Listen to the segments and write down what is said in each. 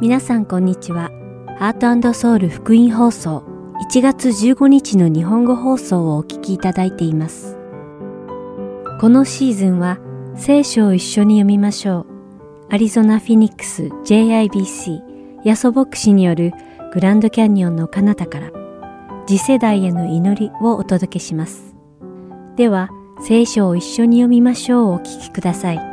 皆さんこんにちは。ハート&ソウル福音放送1月15日の日本語放送をお聞きいただいています。このシーズンは聖書を一緒に読みましょう。アリゾナ・フィニックス JIBC ヤソ牧師によるグランドキャニオンの彼方から次世代への祈りをお届けします。では聖書を一緒に読みましょうをお聞きください。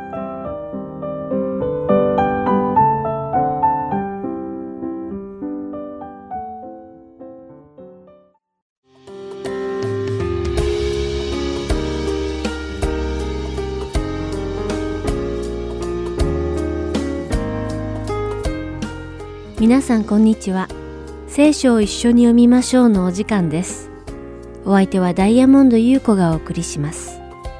皆さんこんにちは。聖書を一緒に読みましょうのお時間です。お相手はダイヤモンド優子がお送りします。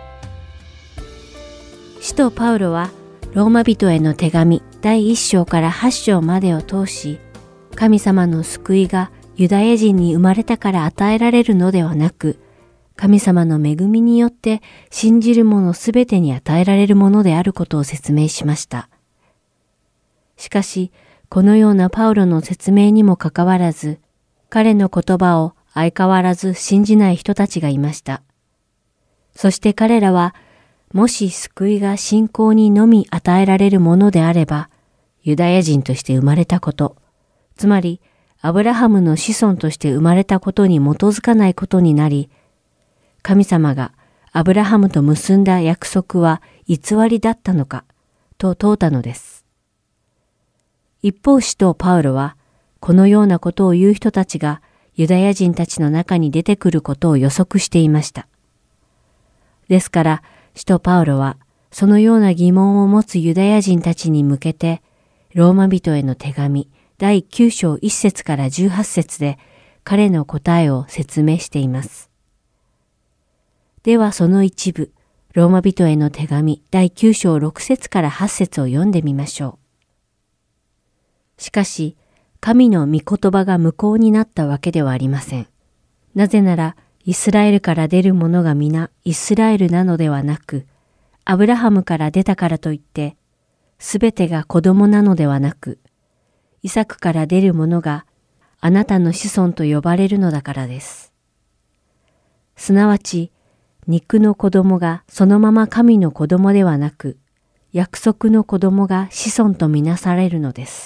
使徒パウロはローマ人への手紙第1章から8章までを通し、神様の救いがユダヤ人に生まれたから与えられるのではなく、神様の恵みによって信じる者すべてに与えられるものであることを説明しました。しかし、このようなパウロの説明にもかかわらず、彼の言葉を相変わらず信じない人たちがいました。そして彼らは、もし救いが信仰にのみ与えられるものであれば、ユダヤ人として生まれたこと、つまりアブラハムの子孫として生まれたことに基づかないことになり、神様がアブラハムと結んだ約束は偽りだったのか、と問うたのです。一方、使徒パウロは、このようなことを言う人たちがユダヤ人たちの中に出てくることを予測していました。ですから、使徒パウロは、そのような疑問を持つユダヤ人たちに向けて、ローマ人への手紙第9章1節から18節で彼の答えを説明しています。ではその一部、ローマ人への手紙第9章6節から8節を読んでみましょう。しかし、神の御言葉が無効になったわけではありません。なぜなら、イスラエルから出る者が皆イスラエルなのではなく、アブラハムから出たからといって、すべてが子供なのではなく、イサクから出る者があなたの子孫と呼ばれるのだからです。すなわち、肉の子供がそのまま神の子供ではなく、約束の子供が子孫とみなされるのです。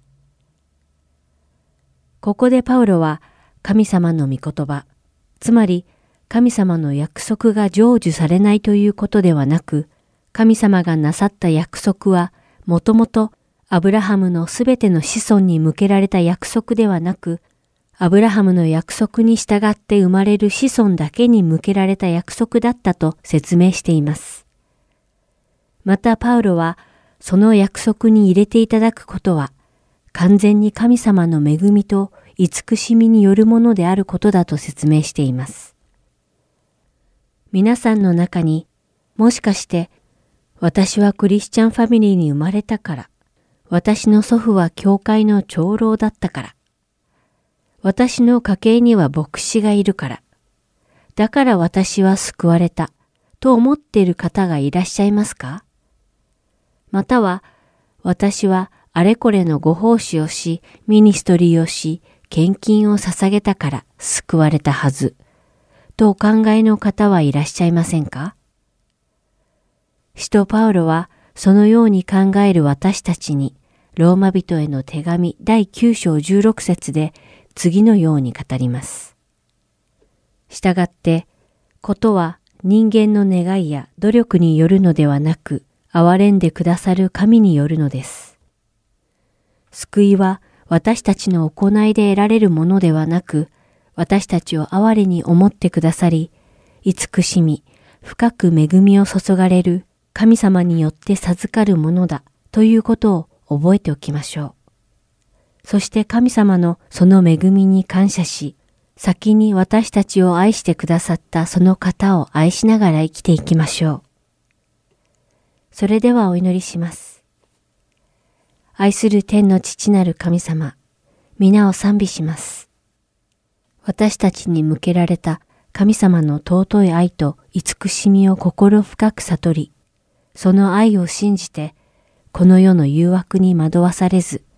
ここでパウロは神様の御言葉、つまり神様の約束が成就されないということではなく、神様がなさった約束はもともとアブラハムのすべての子孫に向けられた約束ではなく、アブラハムの約束に従って生まれる子孫だけに向けられた約束だったと説明しています。またパウロはその約束に入れていただくことは、完全に神様の恵みと慈しみによるものであることだと説明しています。皆さんの中に、もしかして、私はクリスチャンファミリーに生まれたから、私の祖父は教会の長老だったから、私の家系には牧師がいるから、だから私は救われた、と思っている方がいらっしゃいますか？または、私はあれこれのご奉仕をし、ミニストリーをし、献金を捧げたから救われたはず、とお考えの方はいらっしゃいませんか？使徒パウロはそのように考える私たちに、ローマ人への手紙第9章16節で次のように語ります。したがって、ことは人間の願いや努力によるのではなく、憐れんでくださる神によるのです。救いは私たちの行いで得られるものではなく、私たちを憐れに思ってくださり、慈しみ、深く恵みを注がれる神様によって授かるものだということを覚えておきましょう。そして神様のその恵みに感謝し、先に私たちを愛してくださったその方を愛しながら生きていきましょう。それではお祈りします。愛する天の父なる神様、皆を賛美します。私たちに向けられた神様の尊い愛と慈しみを心深く悟り、その愛を信じて、この世の誘惑に惑わされず、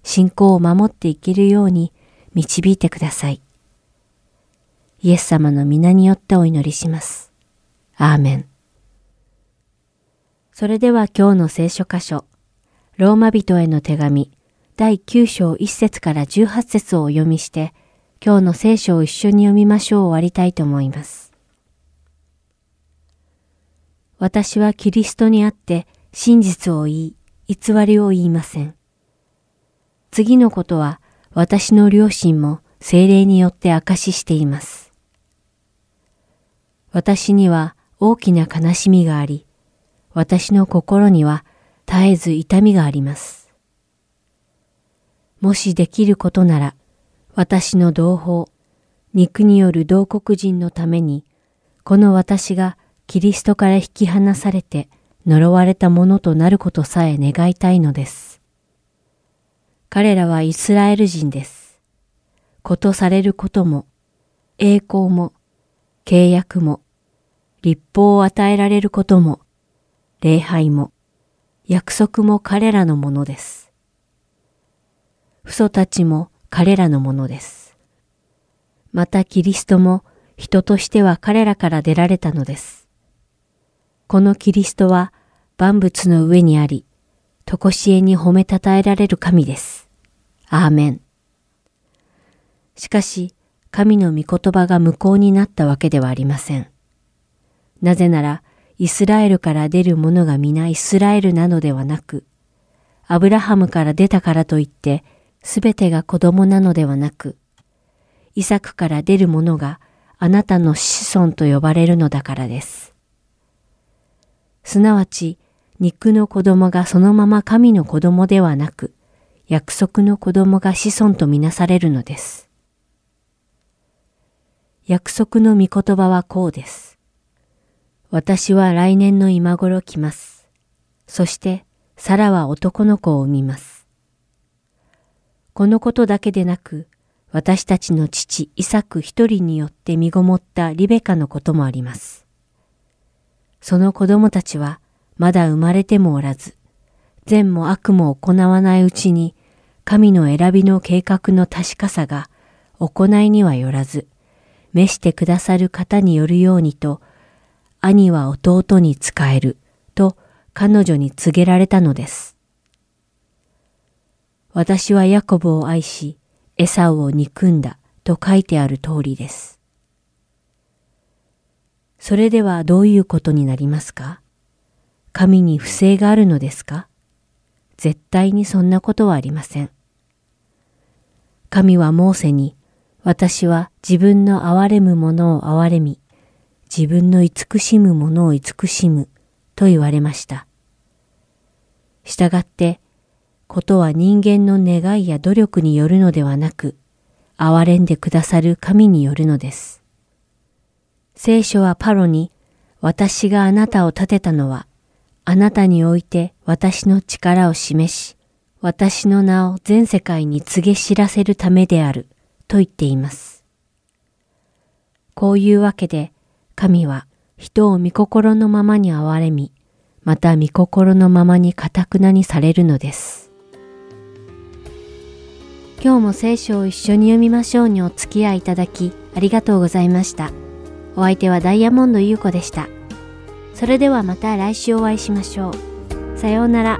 信仰を守っていけるように導いてください。イエス様の皆によってお祈りします。アーメン。それでは今日の聖書箇所、ローマ人への手紙、第9章1節から18節をお読みして、今日の聖書を一緒に読みましょう終わりたいと思います。私はキリストにあって真実を言い、偽りを言いません。次のことは私の良心も聖霊によって証ししています。私には大きな悲しみがあり、私の心には絶えず痛みがあります。もしできることなら、私の同胞、肉による同国人のために、この私がキリストから引き離されて呪われたものとなることさえ願いたいのです。彼らはイスラエル人です。ことされることも、栄光も、契約も、立法を与えられることも、礼拝も、約束も彼らのものです。父祖たちも彼らのものです。またキリストも人としては彼らから出られたのです。このキリストは万物の上にあり、とこしえに褒めたたえられる神です。アーメン。しかし、神の御言葉が無効になったわけではありません。なぜなら、イスラエルから出る者が皆イスラエルなのではなく、アブラハムから出たからといって、すべてが子供なのではなく、イサクから出る者があなたの子孫と呼ばれるのだからです。すなわち、肉の子供がそのまま神の子供ではなく、約束の子供が子孫とみなされるのです。約束の御言葉はこうです。私は来年の今頃来ます。そしてサラは男の子を産みます。このことだけでなく、私たちの父イサク一人によって身ごもったリベカのこともあります。その子供たちはまだ生まれてもおらず、善も悪も行わないうちに、神の選びの計画の確かさが行いにはよらず、召してくださる方によるようにと、兄は弟に仕えると彼女に告げられたのです。私はヤコブを愛し、エサウを憎んだと書いてある通りです。それではどういうことになりますか？神に不正があるのですか？絶対にそんなことはありません。神はモーセに、私は自分の憐れむものを憐れみ、自分の慈しむものを慈しむと言われました。したがって、ことは人間の願いや努力によるのではなく、憐れんでくださる神によるのです。聖書はパロに、私があなたを立てたのは、あなたにおいて私の力を示し、私の名を全世界に告げ知らせるためである、と言っています。こういうわけで、神は人を御心のままに憐れみ、また御心のままに堅なにされるのです。今日も聖書を一緒に読みましょうにお付き合いいただきありがとうございました。お相手はダイヤモンド優子でした。それではまた来週お会いしましょう。さようなら。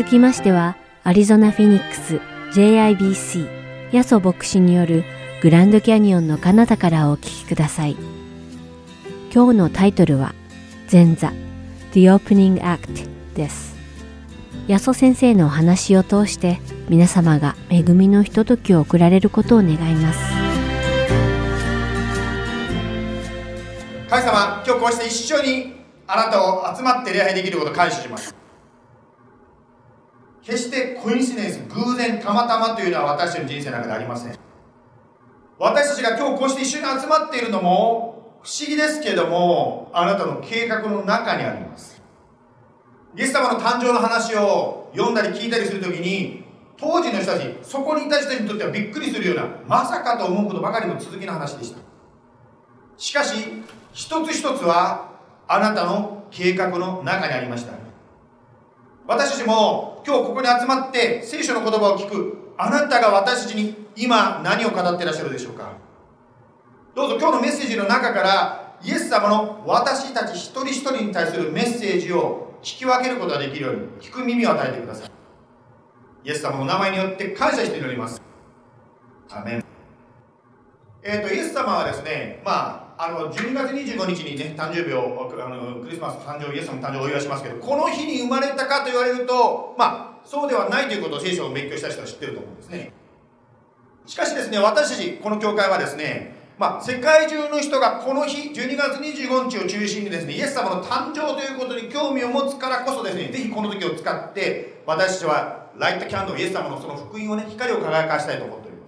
続きましては、アリゾナ・フィニックス JIBC ヤソ牧師によるグランドキャニオンの彼方からお聞きください。今日のタイトルは前座 The Opening Act です。ヤソ先生のお話を通して皆様が恵みのひとときを送られることを願います。 神様、今日こうして一緒にあなたを集まって礼拝できることを感謝します。決してコインシデンス、偶然、たまたまというのは私たちの人生の中でありません。私たちが今日こうして一緒に集まっているのも不思議ですけれども、あなたの計画の中にあります。イエス様の誕生の話を読んだり聞いたりするときに、当時の人たち、そこにいた人たちにとってはびっくりするような、まさかと思うことばかりの続きの話でした。しかし、一つ一つはあなたの計画の中にありました。私たちも今日ここに集まって聖書の言葉を聞くあなたが私たちに今何を語っていらっしゃるでしょうか。どうぞ今日のメッセージの中からイエス様の私たち一人一人に対するメッセージを聞き分けることができるように聞く耳を与えてください。イエス様の名前によって感謝して祈ります。アメン。イエス様はですね、12月25日にね、誕生日を、クリスマス誕生、イエス様の誕生をお祝いしますけど、この日に生まれたかと言われると、そうではないということを聖書を勉強した人は知っていると思うんですね。しかしですね、私たち、この教会はですね、世界中の人がこの日、12月25日を中心にですね、イエス様の誕生ということに興味を持つからこそですね、ぜひこの時を使って、私たちはライトキャンドル、イエス様のその福音をね、光を輝かしたいと思っております。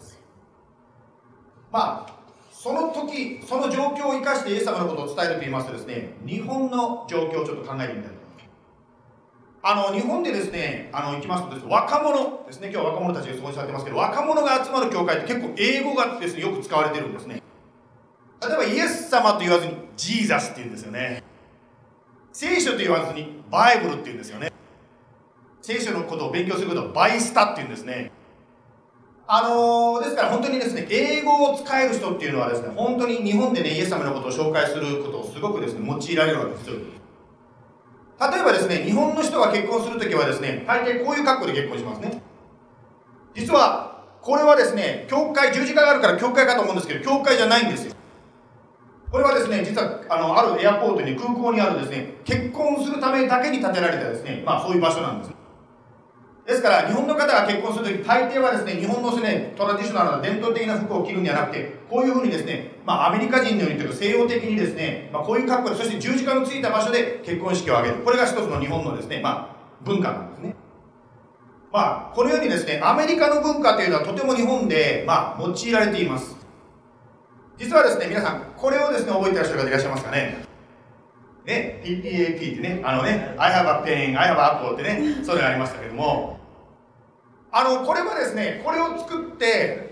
その時、その状況を生かしてイエス様のことを伝えると言いますとですね、日本の状況をちょっと考えてみたいと思います。日本でですね、行きますとですね、若者ですね、今日は若者たちが過ごされてますけど、若者が集まる教会って結構英語がですね、よく使われてるんですね。例えばイエス様と言わずにジーザスって言うんですよね。聖書と言わずにバイブルって言うんですよね。聖書のことを勉強することをバイスタって言うんですね。ですから本当にですね、英語を使える人っていうのはですね、本当に日本でね、イエス様のことを紹介することをすごくですね、用いられるわけですよ。例えばですね、日本の人が結婚するときはですね、大抵こういう格好で結婚しますね。実は、これはですね、教会、十字架があるから教会かと思うんですけど、教会じゃないんですよ。これはですね、実はあるエアポートに、空港にあるですね、結婚するためだけに建てられたですね、そういう場所なんです。ですから日本の方が結婚するとき、大抵はですね、日本のですね、トラディショナルな伝統的な服を着るんじゃなくて、こういうふうにですね、アメリカ人のようにというか西洋的にですね、こういう格好で、そして十字架のついた場所で結婚式を挙げる。これが一つの日本のですね、文化なんですね。このようにですね、アメリカの文化というのはとても日本で用いられています。実はですね、皆さんこれをですね、覚えていらっしゃる方いらっしゃいますかね。PPAP ってね、I have a pen, I have a apple ってね、そういうのがありましたけども、これはですね、これを作って、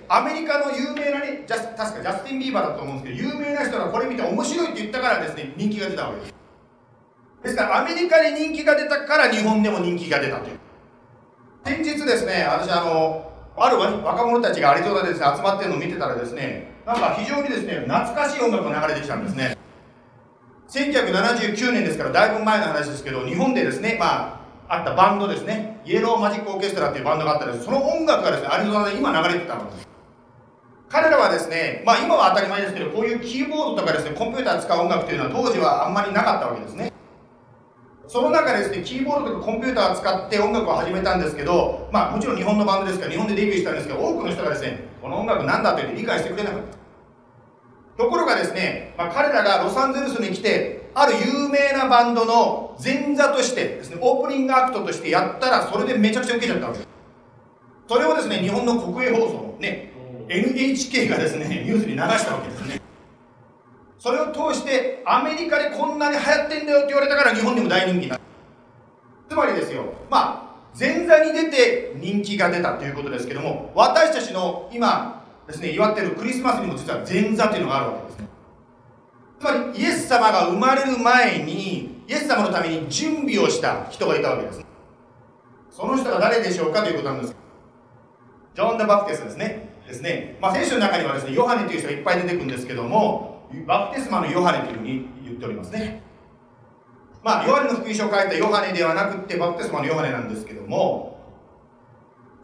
アメリカの有名なね、確かジャスティン・ビーバーだと思うんですけど、有名な人がこれ見て面白いって言ったからですね、人気が出たわけです。ですから、アメリカで人気が出たから日本でも人気が出たという。先日ですね、私ある若者たちがアリゾナでですね、集まってるのを見てたらですね、非常にですね、懐かしい音楽が流れてきたんですね。1979年ですからだいぶ前の話ですけど、日本でですね、あったバンドですね、イエローマジックオーケストラっていうバンドがあったんです。その音楽がですね、アリゾナで今流れてたんです。彼らはですね、今は当たり前ですけど、こういうキーボードとかですね、コンピューター使う音楽というのは当時はあんまりなかったわけですね。その中でですね、キーボードとかコンピューターを使って音楽を始めたんですけど、もちろん日本のバンドですから日本でデビューしたんですけど、多くの人がですね、この音楽なんだと言って理解してくれなかった。ところがですね、彼らがロサンゼルスに来て、ある有名なバンドの前座としてですね、オープニングアクトとしてやったら、それでめちゃくちゃ受けちゃったわけです。それをですね、日本の国営放送ね、NHK がですね、ニュースに流したわけですね。それを通してアメリカでこんなに流行ってんだよって言われたから日本でも大人気になった。つまりですよ、前座に出て人気が出たということですけども、私たちの今ですね、祝っているクリスマスにも実は前座というのがあるわけですね。つまりイエス様が生まれる前にイエス様のために準備をした人がいたわけです。その人が誰でしょうかということなんです。ジョン・ダ・バプテストですね。聖書の中にはですね、ヨハネという人がいっぱい出てくるんですけども、バプテスマのヨハネというふうに言っておりますね。ヨハネの福音書を書いたヨハネではなくてバプテスマのヨハネなんですけども、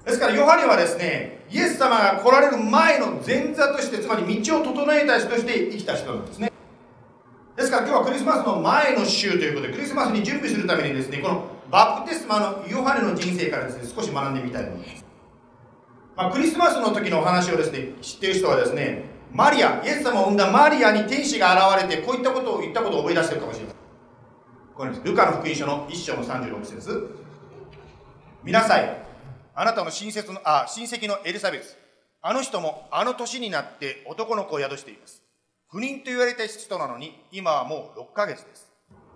ですからヨハネはですね、イエス様が来られる前の前座として、つまり道を整えた人として生きた人なんですね。ですから今日はクリスマスの前の週ということで、クリスマスに準備するためにですね、このバプテスマのヨハネの人生からですね、少し学んでみたいと思います。クリスマスの時のお話をですね、知っている人はですね、マリア、イエス様を産んだマリアに天使が現れて、こういったことを言ったことを思い出しているかもしれません。これです。ルカの福音書の1章の36節。見なさい。あなたの親戚のエリザベス。あの人もあの年になって男の子を宿しています。不妊と言われた人なのに、今はもう6ヶ月です。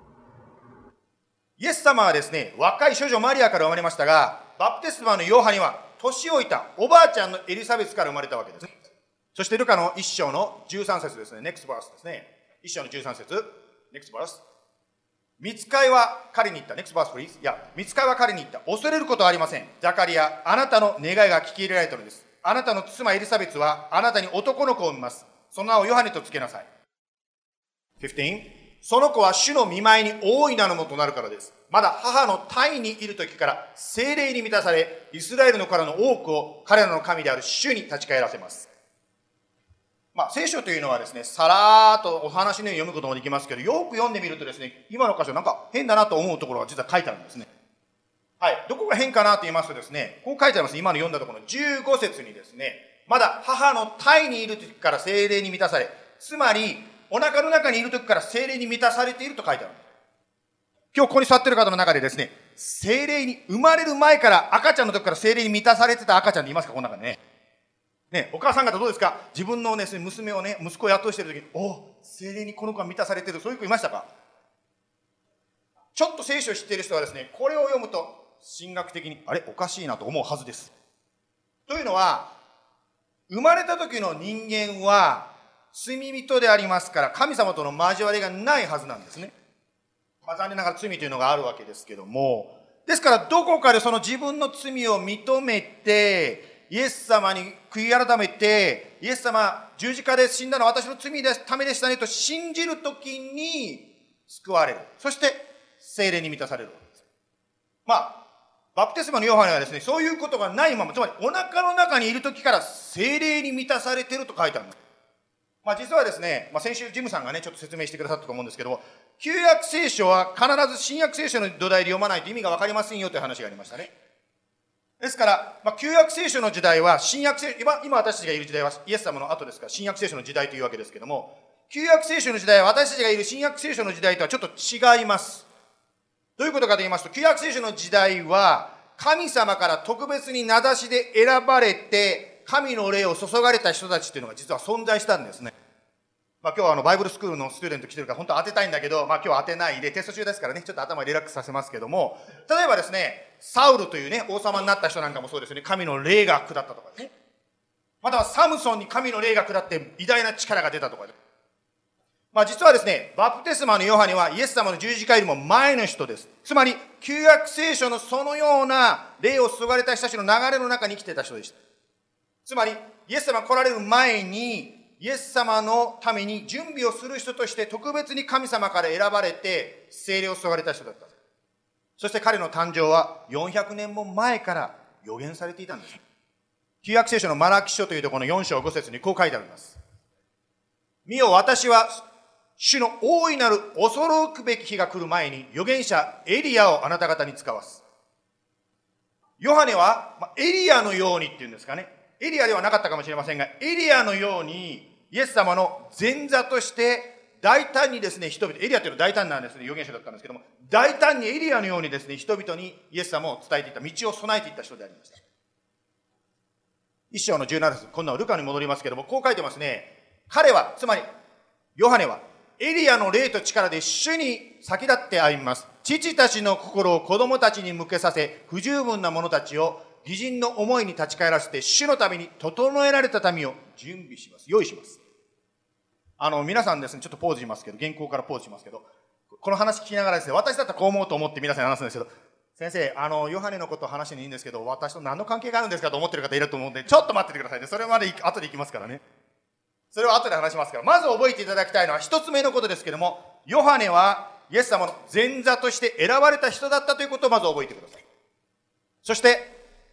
イエス様はですね、若い処女マリアから生まれましたが、バプテスマのヨハネは年老いたおばあちゃんのエリザベスから生まれたわけですね。そしてルカの1章の13節ですね。ネクストバースですね。1章の13節。ネクストバース。御使いは彼に言った。ネクストバースプリーズ。御使いは彼に言った。恐れることはありません。ザカリア、あなたの願いが聞き入れられたのです。あなたの妻エリザベスはあなたに男の子を産みます。その名をヨハネとつけなさい。15。その子は主の見舞いに大いなるものとなるからです。まだ母の胎にいる時から聖霊に満たされ、イスラエルのからの多くを彼らの神である主に立ち返らせます。聖書というのはですね、さらーっとお話のように読むこともできますけど、よく読んでみるとですね、今の箇所なんか変だなと思うところが実は書いてあるんですね。はい。どこが変かなと言いますとですね、こう書いてあります。今の読んだところの15節にですね、まだ母の胎にいる時から聖霊に満たされ、つまりお腹の中にいる時から聖霊に満たされていると書いてある。今日ここに座っている方の中でですね、聖霊に生まれる前から赤ちゃんの時から聖霊に満たされてた赤ちゃんっていますか、この中でね。お母さん方どうですか？自分のね、娘をね、息子を雇いしている時に、聖霊にこの子は満たされている、そういう子いましたか？ちょっと聖書を知っている人はですね、これを読むと、神学的に、おかしいなと思うはずです。というのは、生まれた時の人間は、罪人でありますから、神様との交わりがないはずなんですね。残念ながら罪というのがあるわけですけども、ですからどこかでその自分の罪を認めて、イエス様に悔い改めて、イエス様十字架で死んだのは私の罪のためでしたねと信じるときに救われる。そして聖霊に満たされるわけです。バプテスマのヨハネはですね、そういうことがないまま、つまりお腹の中にいるときから聖霊に満たされていると書いてあるんです。実はですね、先週ジムさんがね、ちょっと説明してくださったと思うんですけども、旧約聖書は必ず新約聖書の土台で読まないと意味がわかりませんよという話がありましたね。ですから、旧約聖書の時代は、今私たちがいる時代はイエス様の後ですから、新約聖書の時代というわけですけども、旧約聖書の時代は私たちがいる新約聖書の時代とはちょっと違います。どういうことかと言いますと、旧約聖書の時代は、神様から特別に名指しで選ばれて、神の霊を注がれた人たちっていうのが実は存在したんですね。今日はバイブルスクールのスチューデント来てるから本当は当てたいんだけど、今日は当てないで、テスト中ですからね、ちょっと頭リラックスさせますけども、例えばですね、サウルというね、王様になった人なんかもそうですよね、神の霊が下ったとかですね。またはサムソンに神の霊が下って偉大な力が出たとかです。実はですね、バプテスマのヨハネはイエス様の十字架よりも前の人です。つまり、旧約聖書のそのような霊を注がれた人たちの流れの中に生きていた人でした。つまり、イエス様が来られる前に、イエス様のために準備をする人として特別に神様から選ばれて聖霊を注がれた人だった。そして彼の誕生は400年も前から予言されていたんです。旧約聖書のマラキ書というところの4章5節にこう書いてあります。見よ、私は主の大いなる恐るべき日が来る前に預言者エリアをあなた方に使わす。ヨハネはエリアのようにっていうんですかね。エリアではなかったかもしれませんが、エリアのようにイエス様の前座として大胆にですね、人々、エリアというのは大胆なですね、預言者だったんですけども、大胆にエリアのようにですね、人々にイエス様を伝えていった、道を備えていった人でありました。一章の17節、今度はルカに戻りますけども、こう書いてますね。彼は、つまり、ヨハネは、エリアの霊と力で主に先立って歩みます。父たちの心を子供たちに向けさせ、不十分な者たちを義人の思いに立ち返らせて、主のために整えられた民を準備します。用意します。皆さんですね、ちょっとポーズしますけど、原稿からポーズしますけど、この話聞きながらですね、私だったらこう思うと思って皆さんに話すんですけど、先生、ヨハネのことを話にいいんですけど、私と何の関係があるんですかと思ってる方いると思うんで、ちょっと待っててくださいね。それまで後で行きますからね。それは後で話しますから、まず覚えていただきたいのは一つ目のことですけども、ヨハネはイエス様の前座として選ばれた人だったということをまず覚えてください。そして、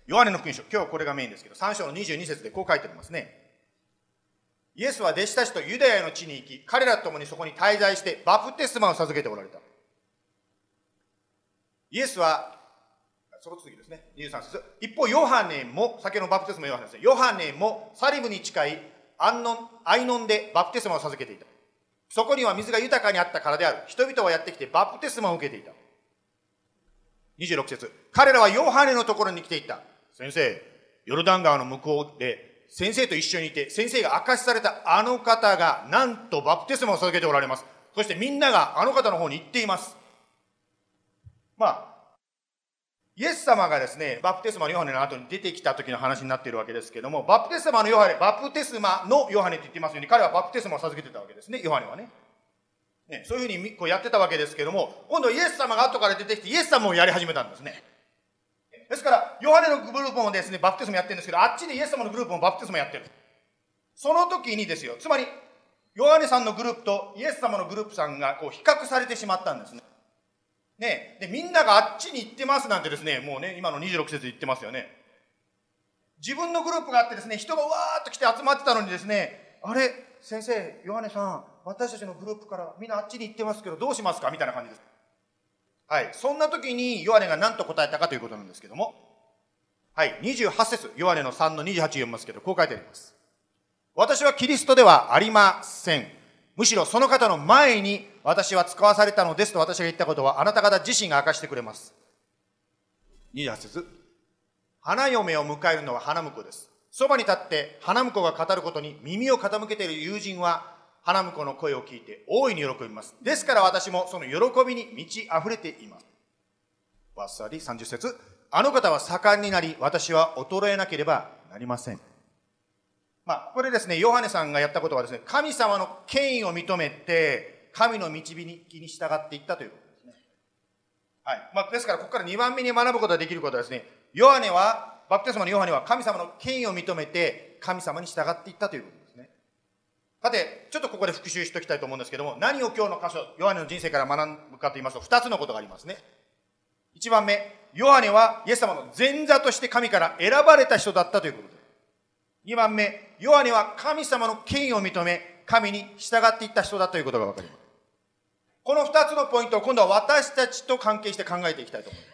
ヨハネの福音書、今日これがメインですけど、3章の22節でこう書いてありますね。イエスは弟子たちとユダヤの地に行き、彼らと共にそこに滞在してバプテスマを授けておられた。イエスは、その次ですね、23節。一方、ヨハネも、先のバプテスマヨハネですね。ヨハネもサリブに近いアイノンでバプテスマを授けていた。そこには水が豊かにあったからである。人々はやってきてバプテスマを受けていた。26節。彼らはヨハネのところに来ていった。先生、ヨルダン川の向こうで先生と一緒にいて、先生が証しされたあの方がなんとバプテスマを授けておられます。そしてみんながあの方の方に行っています。イエス様がですね、バプテスマのヨハネの後に出てきた時の話になっているわけですけども、バプテスマのヨハネって言ってますように、彼はバプテスマを授けてたわけですね、ヨハネはね。そういうふうにこうやってたわけですけども、今度イエス様が後から出てきて、イエス様もやり始めたんですね。ですから、ヨハネのグループもですね、バプテスマやってるんですけど、あっちでイエス様のグループもバプテスマやってる。その時にですよ、つまり、ヨハネさんのグループとイエス様のグループさんがこう比較されてしまったんですね。で、みんながあっちに行ってますなんてですね、もうね、今の26節言ってますよね。自分のグループがあってですね、人がわーっと来て集まってたのにですね、あれ、先生、ヨハネさん、私たちのグループからみんなあっちに行ってますけど、どうしますかみたいな感じです。はい。そんな時にヨハネが何と答えたかということなんですけども、はい。28節、ヨハネの3の28読みますけど、こう書いてあります。私はキリストではありません。むしろその方の前に私は使わされたのですと私が言ったことはあなた方自身が明かしてくれます。28節。花嫁を迎えるのは花婿です。そばに立って花婿が語ることに耳を傾けている友人は花婿の声を聞いて大いに喜びます。ですから私もその喜びに満ち溢れています。バスサリ30節。あの方は盛んになり私は衰えなければなりません。これですね、ヨハネさんがやったことはですね、神様の権威を認めて、神の導きに従っていったということですね。はい。ですから、ここから2番目に学ぶことができることはですね、バプテスマのヨハネは神様の権威を認めて、神様に従っていったということですね。さて、ちょっとここで復習しておきたいと思うんですけども、何を今日の箇所、ヨハネの人生から学ぶかと言いますと、2つのことがありますね。1番目、ヨハネはイエス様の前座として神から選ばれた人だったということです。2番目、ヨハネは神様の権威を認め、神に従っていった人だということが分かります。この2つのポイントを今度は私たちと関係して考えていきたいと思います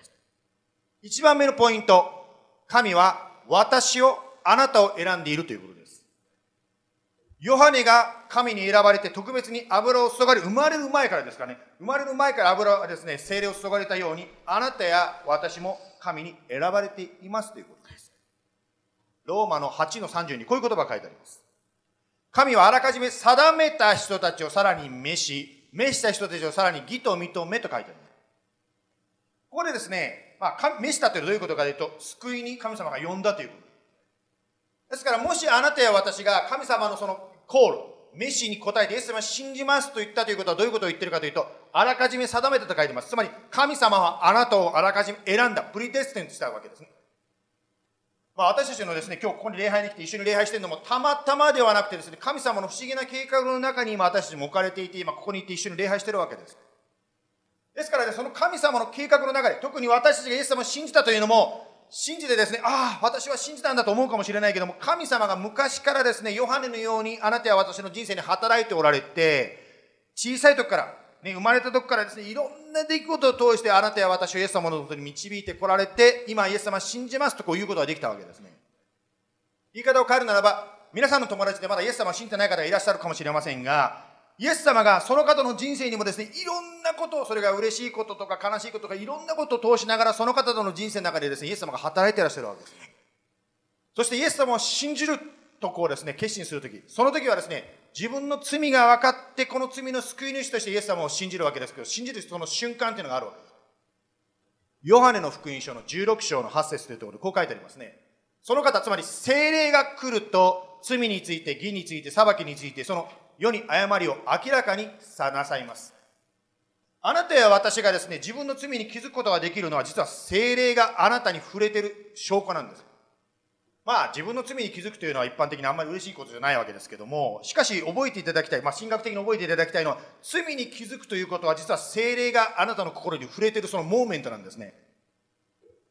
。1番目のポイント、神は私を、あなたを選んでいるということです。ヨハネが神に選ばれて特別に油を注がれ、生まれる前からですかね、生まれる前から油はですね、聖霊を注がれたように、あなたや私も神に選ばれていますということです。ローマの8の30にこういう言葉が書いてあります。神はあらかじめ定めた人たちをさらに召した人たちをさらに義と認めと書いてあります。ここでですね、召したというのはどういうことかというと、救いに神様が呼んだということです。ですから、もしあなたや私が神様のそのコール、召しに応えてイエス様を信じますと言ったということはどういうことを言っているかというと、あらかじめ定めたと書いています。つまり、神様はあなたをあらかじめ選んだ、プリデスティンとしたわけですね。私たちのですね、今日ここに礼拝に来て一緒に礼拝しているのもたまたまではなくてですね、神様の不思議な計画の中に今私たちも置かれていて、今ここに行って一緒に礼拝しているわけです。ですからね、その神様の計画の中で、特に私たちがイエス様を信じたというのも、信じてですね、私は信じたんだと思うかもしれないけども、神様が昔からですね、ヨハネのようにあなたや私の人生に働いておられて、小さい時から、生まれた時からですね、いろんな出来事を通してあなたや私をイエス様のことに導いてこられて、今イエス様を信じますとこういうことができたわけですね。言い方を変えるならば、皆さんの友達でまだイエス様を信じてない方がいらっしゃるかもしれませんが、イエス様がその方の人生にもですね、いろんなことを、それが嬉しいこととか悲しいこととかいろんなことを通しながら、その方との人生の中でですね、イエス様が働いていらっしゃるわけです。そしてイエス様を信じるとこうですね、決心するとき、その時はですね、自分の罪が分かって、この罪の救い主としてイエス様を信じるわけですけど、信じるその瞬間というのがあるわけです。ヨハネの福音書の16章の8節というところでこう書いてありますね。その方、つまり聖霊が来ると、罪について、義について、裁きについて、その世に誤りを明らかになさいます。あなたや私がですね、自分の罪に気づくことができるのは、実は聖霊があなたに触れている証拠なんです。自分の罪に気づくというのは一般的にあんまり嬉しいことじゃないわけですけども、しかし覚えていただきたい、神学的に覚えていただきたいのは、罪に気づくということは実は聖霊があなたの心に触れているそのモーメントなんですね。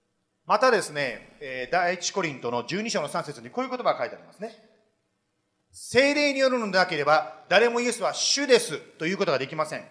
またですね、第一コリントの12章の3節にこういう言葉が書いてありますね。聖霊によるのでなければ、誰もイエスは主ですということができません。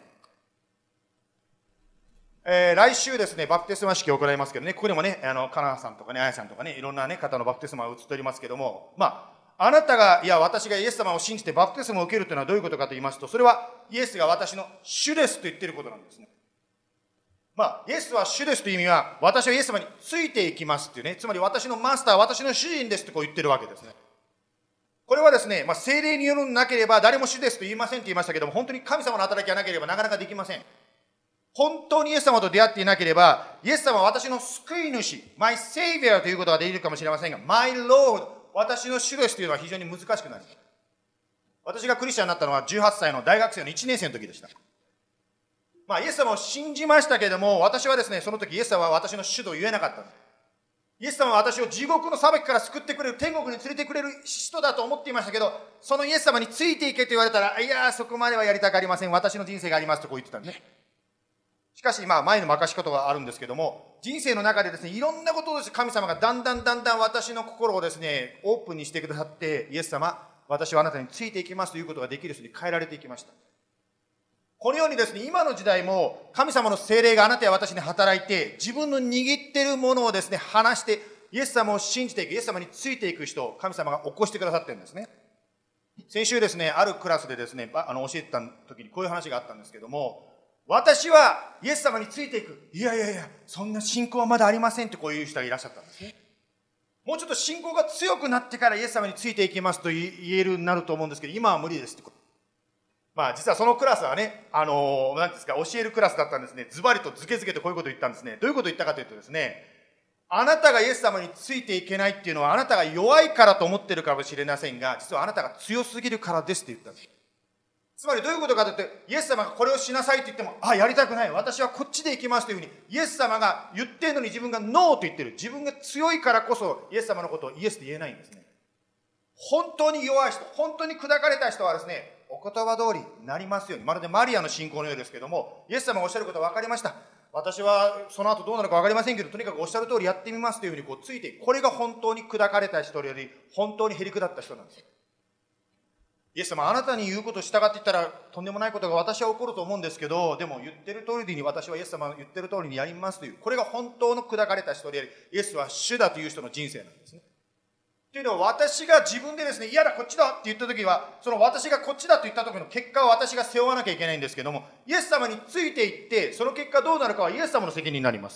来週ですね、バプテスマ式を行いますけどね、ここでもね、カナさんとかね、あやさんとかね、いろんなね、方のバプテスマが映っておりますけども、あなたが、いや、私がイエス様を信じてバプテスマを受けるというのはどういうことかと言いますと、それはイエスが私の主ですと言っていることなんですね。イエスは主ですという意味は、私はイエス様についていきますっていうね、つまり私のマスター、私の主人ですとこう言ってるわけですね。これはですね、聖霊によるなければ誰も主ですと言いませんと言いましたけども、本当に神様の働きがなければなかなかできません。本当にイエス様と出会っていなければ、イエス様は私の救い主、My Savior ということができるかもしれませんが、My Lord、私の主ですというのは非常に難しくなります。私がクリスチャンになったのは18歳の大学生の1年生の時でした。イエス様を信じましたけれども、私はですね、その時イエス様は私の主と言えなかったんです。イエス様は私を地獄の裁きから救ってくれる、天国に連れてくれる人だと思っていましたけど、そのイエス様についていけと言われたら、いやー、そこまではやりたくありません。私の人生がありますとこう言ってたんですね。しかし、前の任し方があるんですけども、人生の中でですね、いろんなことをですね、神様がだんだん私の心をですね、オープンにしてくださって、イエス様、私はあなたについていきますということができる人に変えられていきました。このようにですね、今の時代も神様の聖霊があなたや私に働いて、自分の握っているものをですね、離して、イエス様を信じていく、イエス様についていく人を神様が起こしてくださっているんですね。先週ですね、あるクラスでですね、教えてた時にこういう話があったんですけども、私はイエス様についていく。いや、そんな信仰はまだありませんってこういう人がいらっしゃったんですね。もうちょっと信仰が強くなってからイエス様についていきますと言えるようになると思うんですけど、今は無理ですってこと。実はそのクラスはね、何ですか、教えるクラスだったんですね。ズバリとズケズケとこういうことを言ったんですね。どういうことを言ったかというとですね、あなたがイエス様についていけないっていうのはあなたが弱いからと思ってるかもしれませんが、実はあなたが強すぎるからですって言ったんです。つまりどういうことかというと、イエス様がこれをしなさいと言っても、やりたくない。私はこっちで行きますというふうに、イエス様が言っているのに自分がノーと言ってる。自分が強いからこそ、イエス様のことをイエスと言えないんですね。本当に弱い人、本当に砕かれた人はですね、お言葉通りになりますように、まるでマリアの信仰のようですけども、イエス様がおっしゃることは分かりました。私はその後どうなるか分かりませんけど、とにかくおっしゃる通りやってみますというふうについていく。これが本当に砕かれた人より、本当にへりくだった人なんですよ。イエス様、あなたに言うことを従っていったら、とんでもないことが私は起こると思うんですけど、でも言ってる通りに私はイエス様の言ってる通りにやりますという、これが本当の砕かれた人であり、イエスは主だという人の人生なんですね。というのは、私が自分でですね、嫌だ、こっちだって言ったときは、その私がこっちだと言ったときの結果は私が背負わなきゃいけないんですけども、イエス様についていって、その結果どうなるかはイエス様の責任になります。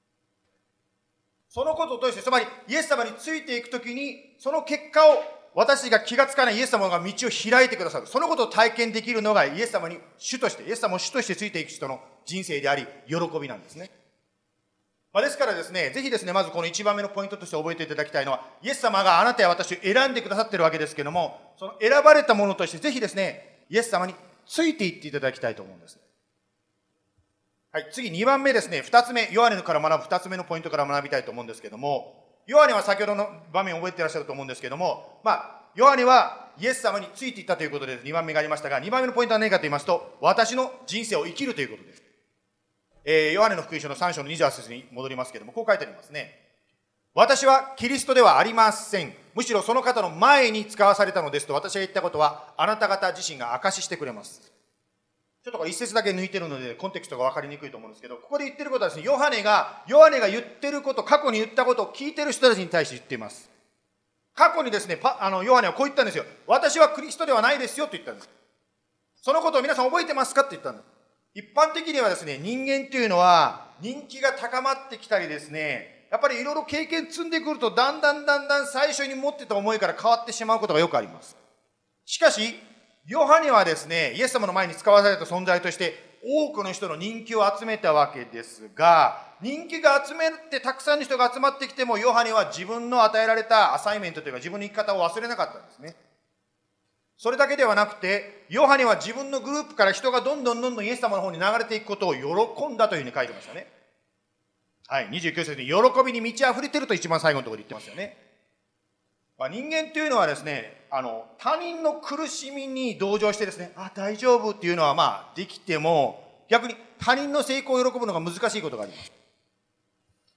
そのことを通して、つまりイエス様についていくときに、その結果を私が気がつかないイエス様が道を開いてくださる。そのことを体験できるのがイエス様に主として、イエス様を主としてついていく人の人生であり、喜びなんですね。ですからですね、ぜひですね、まずこの1番目のポイントとして覚えていただきたいのは、イエス様があなたや私を選んでくださっているわけですけども、その選ばれたものとしてぜひですね、イエス様についていっていただきたいと思うんです。はい、次2番目ですね、2つ目、ヨハネから学ぶ2つ目のポイントから学びたいと思うんですけども、ヨハネは先ほどの場面を覚えていらっしゃると思うんですけども、ヨハネはイエス様についていったということで2番目がありましたが、2番目のポイントは何かと言いますと、私の人生を生きるということです。ヨハネの福音書の3章の28節に戻りますけれども、こう書いてありますね。私はキリストではありません。むしろその方の前に使わされたのですと私が言ったことは、あなた方自身が証ししてくれます。ちょっとこれ一節だけ抜いてるので、コンテクストが分かりにくいと思うんですけど、ここで言ってることはですね、ヨハネが言ってること、過去に言ったことを聞いてる人たちに対して言っています。過去にですね、ヨハネはこう言ったんですよ。私はクリストではないですよと言ったんです。そのことを皆さん覚えてますかって言ったんです。一般的にはですね、人間っていうのは人気が高まってきたりですね、やっぱりいろいろ経験積んでくるとだんだん最初に持ってた思いから変わってしまうことがよくあります。しかし、ヨハネはですね、イエス様の前に使わされた存在として多くの人の人気を集めたわけですが、人気が集めてたくさんの人が集まってきても、ヨハネは自分の与えられたアサイメントというか自分の生き方を忘れなかったんですね。それだけではなくて、ヨハネは自分のグループから人がどんどんイエス様の方に流れていくことを喜んだというふうに書いてましたね。はい、29節に喜びに満ち溢れてると一番最後のところで言ってますよね。人間というのはですね、他人の苦しみに同情してですね、大丈夫っていうのはできても、逆に他人の成功を喜ぶのが難しいことがあります。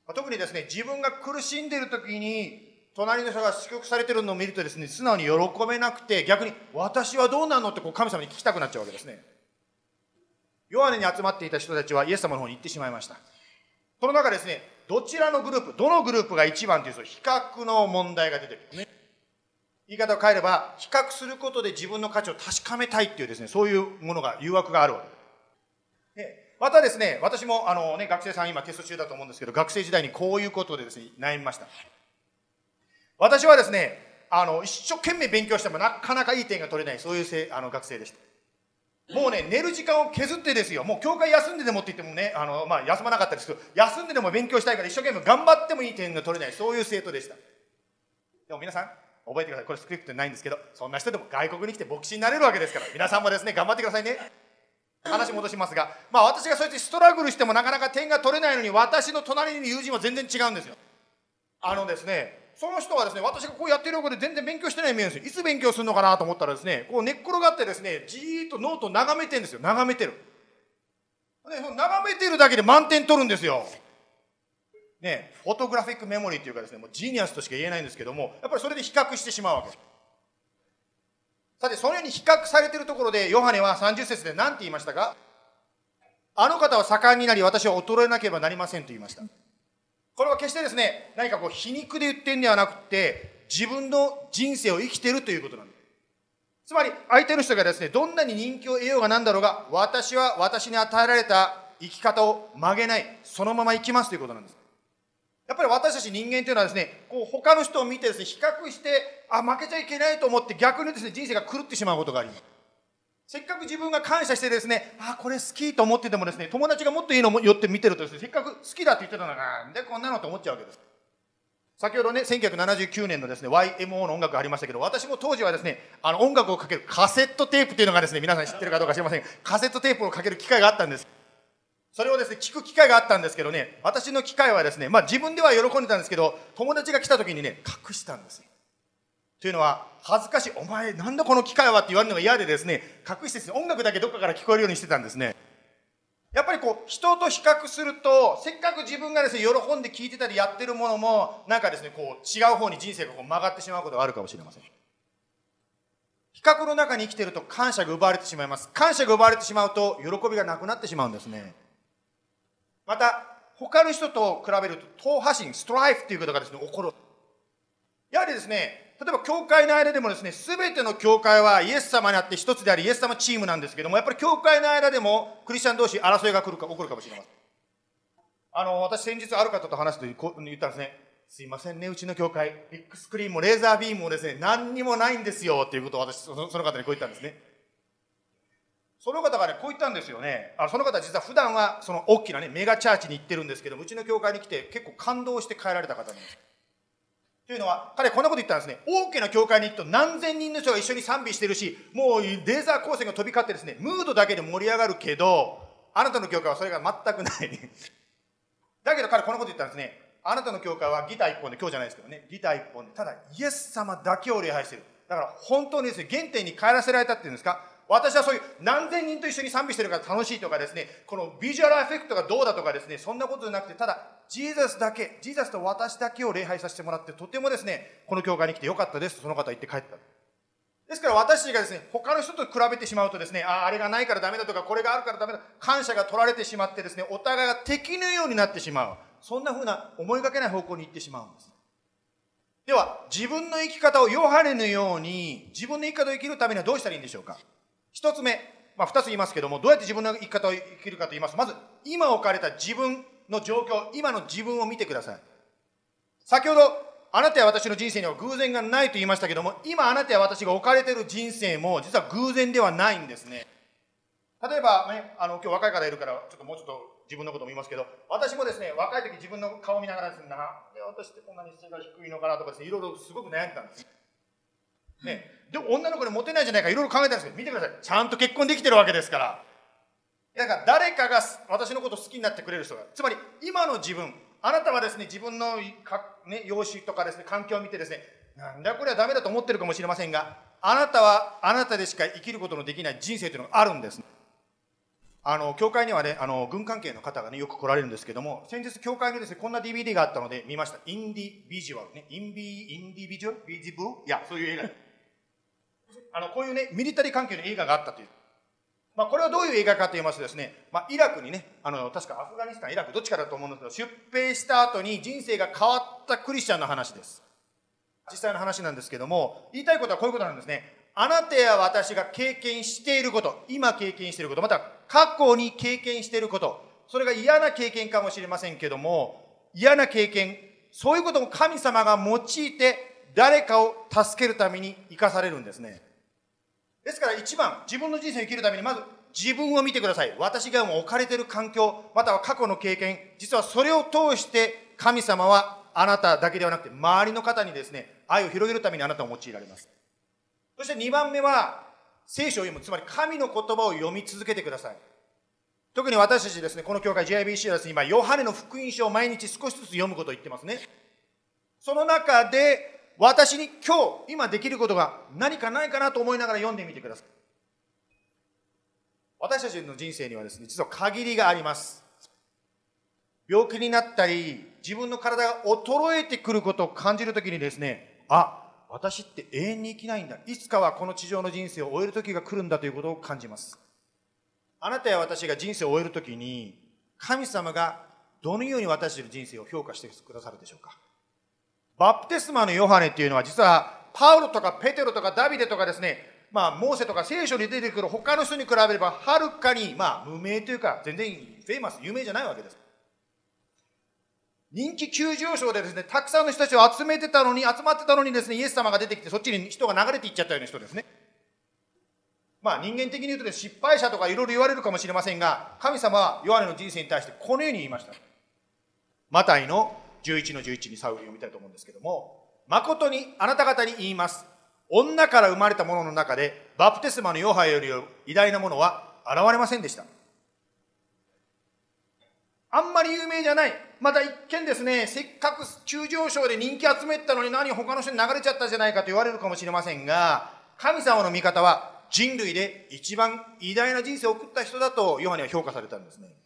特にですね、自分が苦しんでいる時に、隣の人が祝福されているのを見るとですね、素直に喜べなくて、逆に私はどうなのって神様に聞きたくなっちゃうわけですね。ヨハネに集まっていた人たちはイエス様の方に行ってしまいました。その中ですね、どちらのグループ、どのグループが一番というと、比較の問題が出てくるね。言い方を変えれば、比較することで自分の価値を確かめたいっていうですね、そういうものが、誘惑があるわけです。またですね、私も学生さん今テスト中だと思うんですけど、学生時代にこういうことでですね、悩みました。私はですね、一生懸命勉強してもなかなかいい点が取れない、そういう学生でした。もうね、寝る時間を削ってですよ、もう教会休んででもって言ってもね、休まなかったですけど、休んででも勉強したいから一生懸命頑張ってもいい点が取れない、そういう生徒でした。でも皆さん、覚えてください。これスクリプトないんですけど、そんな人でも外国に来て牧師になれるわけですから、皆さんもですね、頑張ってくださいね。話戻しますが、私がそうやってストラグルしてもなかなか点が取れないのに、私の隣にいる友人は全然違うんですよ。ですね、その人はですね、私がこうやっている横で全然勉強してない見えるんですよ。いつ勉強するのかなと思ったらですね、こう寝っ転がってですね、じーっとノートを眺めてるんですよ。眺めてる。で、その眺めてるだけで満点取るんですよ。ね、フォトグラフィックメモリーっていうかですね、もうジーニアスとしか言えないんですけども、やっぱりそれで比較してしまうわけです。さて、そのように比較されているところで、ヨハネは30節で何て言いましたか？あの方は盛んになり、私は衰えなければなりませんと言いました。これは決してですね、何かこう皮肉で言ってるんではなくて、自分の人生を生きているということなんです。つまり、相手の人がですね、どんなに人気を得ようがなんだろうが、私は私に与えられた生き方を曲げない、そのまま生きますということなんです。やっぱり私たち人間というのはですね、こう他の人を見てですね、比較して、負けちゃいけないと思って逆にですね、人生が狂ってしまうことがあります。せっかく自分が感謝してですね、これ好きと思っててもですね、友達がもっといいのをよって見てるとですね、せっかく好きだって言ってたのが、なんでこんなのと思っちゃうわけです。先ほどね、1979年のですね、YMO の音楽がありましたけど、私も当時はですね、音楽をかけるカセットテープっていうのがですね、皆さん知ってるかどうか知りませんが、カセットテープをかける機会があったんです。それをですね、聞く機会があったんですけどね、私の機会はですね、自分では喜んでたんですけど、友達が来た時にね、隠したんですよ。というのは、恥ずかしい、お前なんだこの機械はって言われるのが嫌でですね、隠してですね、音楽だけどっかから聞こえるようにしてたんですね。やっぱりこう、人と比較すると、せっかく自分がですね、喜んで聞いてたりやってるものも、なんかですね、こう、違う方に人生がこう曲がってしまうことがあるかもしれません。比較の中に生きていると感謝が奪われてしまいます。感謝が奪われてしまうと、喜びがなくなってしまうんですね。また、他の人と比べると、党派心、ストライフっていうことがですね、起こる。やはりですね、例えば教会の間でもですね、すべての教会はイエス様にあって一つであり、イエス様チームなんですけども、やっぱり教会の間でもクリスチャン同士争いが起こるかもしれません。私先日ある方と話すと言ったんですね。すいませんね、うちの教会、ビッグスクリーンもレーザービームもですね、何にもないんですよっていうことを私、その方にこう言ったんですね。その方がね、こう言ったんですよね。その方は実は普段はその大きなね、メガチャーチに行ってるんですけども、うちの教会に来て結構感動して帰られた方なんです。というのは、彼はこんなこと言ったんですね。大きな教会に行くと何千人の人が一緒に賛美してるし、もうレーザー光線が飛び交ってですね、ムードだけで盛り上がるけど、あなたの教会はそれが全くない。だけど彼こんなこと言ったんですね。あなたの教会はギター一本で、今日じゃないですけどね、ギター一本で、ただイエス様だけを礼拝してる。だから本当にですね、原点に帰らせられたっていうんですか、私はそういう何千人と一緒に賛美してるから楽しいとかですね、このビジュアルエフェクトがどうだとかですね、そんなことじゃなくて、ただジーザスだけ、ジーザスと私だけを礼拝させてもらって、とてもですね、この教会に来てよかったですとその方は言って帰った。ですから私たちがですね、他の人と比べてしまうとですね、あれがないからダメだとか、これがあるからダメだ、感謝が取られてしまってですね、お互いが敵のようになってしまう。そんな風な思いがけない方向に行ってしまうんです。では、自分の生き方をヨハネのように、自分の生き方を生きるためにはどうしたらいいんでしょうか。一つ目、二つ言いますけども、どうやって自分の生き方を生きるかと言いますと、まず、今置かれた自分の状況、今の自分を見てください。先ほど、あなたや私の人生には偶然がないと言いましたけども、今あなたや私が置かれている人生も、実は偶然ではないんですね。例えば、ね、今日若い方いるから、もうちょっと自分のことも言いますけど、私もですね、若い時自分の顔を見ながらですね、なんで私ってこんなに背が低いのかなとかですね、いろいろすごく悩んでたんです。ね、でも女の子にモテないじゃないかいろいろ考えたんですけど、見てください。ちゃんと結婚できてるわけですから。だから誰かが私のことを好きになってくれる人が、つまり今の自分、あなたはですね、自分の容姿とかですね、環境を見てですね、なんだこれはダメだと思ってるかもしれませんが、あなたはあなたでしか生きることのできない人生というのがあるんです。 教会にはね、軍関係の方がね、よく来られるんですけども、先日教会にですね、こんな DVD があったので見ました。インディビジュアルね。インディビジュアルビジブルいや、そういう映画。こういうね、ミリタリー関係の映画があったという。これはどういう映画かと言いますとですね、イラクにね、確かアフガニスタン、イラク、どっちかだと思うんですけど、出兵した後に人生が変わったクリスチャンの話です。実際の話なんですけども、言いたいことはこういうことなんですね。あなたや私が経験していること、今経験していること、また過去に経験していること、それが嫌な経験かもしれませんけども、嫌な経験、そういうことも神様が用いて誰かを助けるために生かされるんですね。ですから一番、自分の人生を生きるためにまず自分を見てください。私が置かれている環境、または過去の経験、実はそれを通して神様はあなただけではなくて周りの方にですね、愛を広げるためにあなたを用いられます。そして2番目は聖書を読む、つまり神の言葉を読み続けてください。特に私たちですね、この教会 JIBC はですね、今ヨハネの福音書を毎日少しずつ読むことを言ってますね。その中で私に今できることが何かないかなと思いながら読んでみてください。私たちの人生にはですね、実は限りがあります。病気になったり、自分の体が衰えてくることを感じるときにですね、私って永遠に生きないんだ。いつかはこの地上の人生を終える時が来るんだということを感じます。あなたや私が人生を終えるときに、神様がどのように私たちの人生を評価してくださるでしょうか。バプテスマのヨハネっていうのは実はパウロとかペテロとかダビデとかですね、モーセとか聖書に出てくる他の人に比べればはるかに無名というか全然フェイマス、有名じゃないわけです。人気急上昇でですね、たくさんの人たちを集まってたのにですね、イエス様が出てきてそっちに人が流れていっちゃったような人ですね。人間的に言うと失敗者とかいろいろ言われるかもしれませんが、神様はヨハネの人生に対してこのように言いました。マタイの11の11にサウル読みたいと思うんですけども、誠にあなた方に言います。女から生まれた者の中でバプテスマのヨハネより偉大なものは現れませんでした。あんまり有名じゃない。また一見ですね、せっかく急上昇で人気集めてたのに何他の人に流れちゃったじゃないかと言われるかもしれませんが、神様の味方は人類で一番偉大な人生を送った人だとヨハネは評価されたんですね。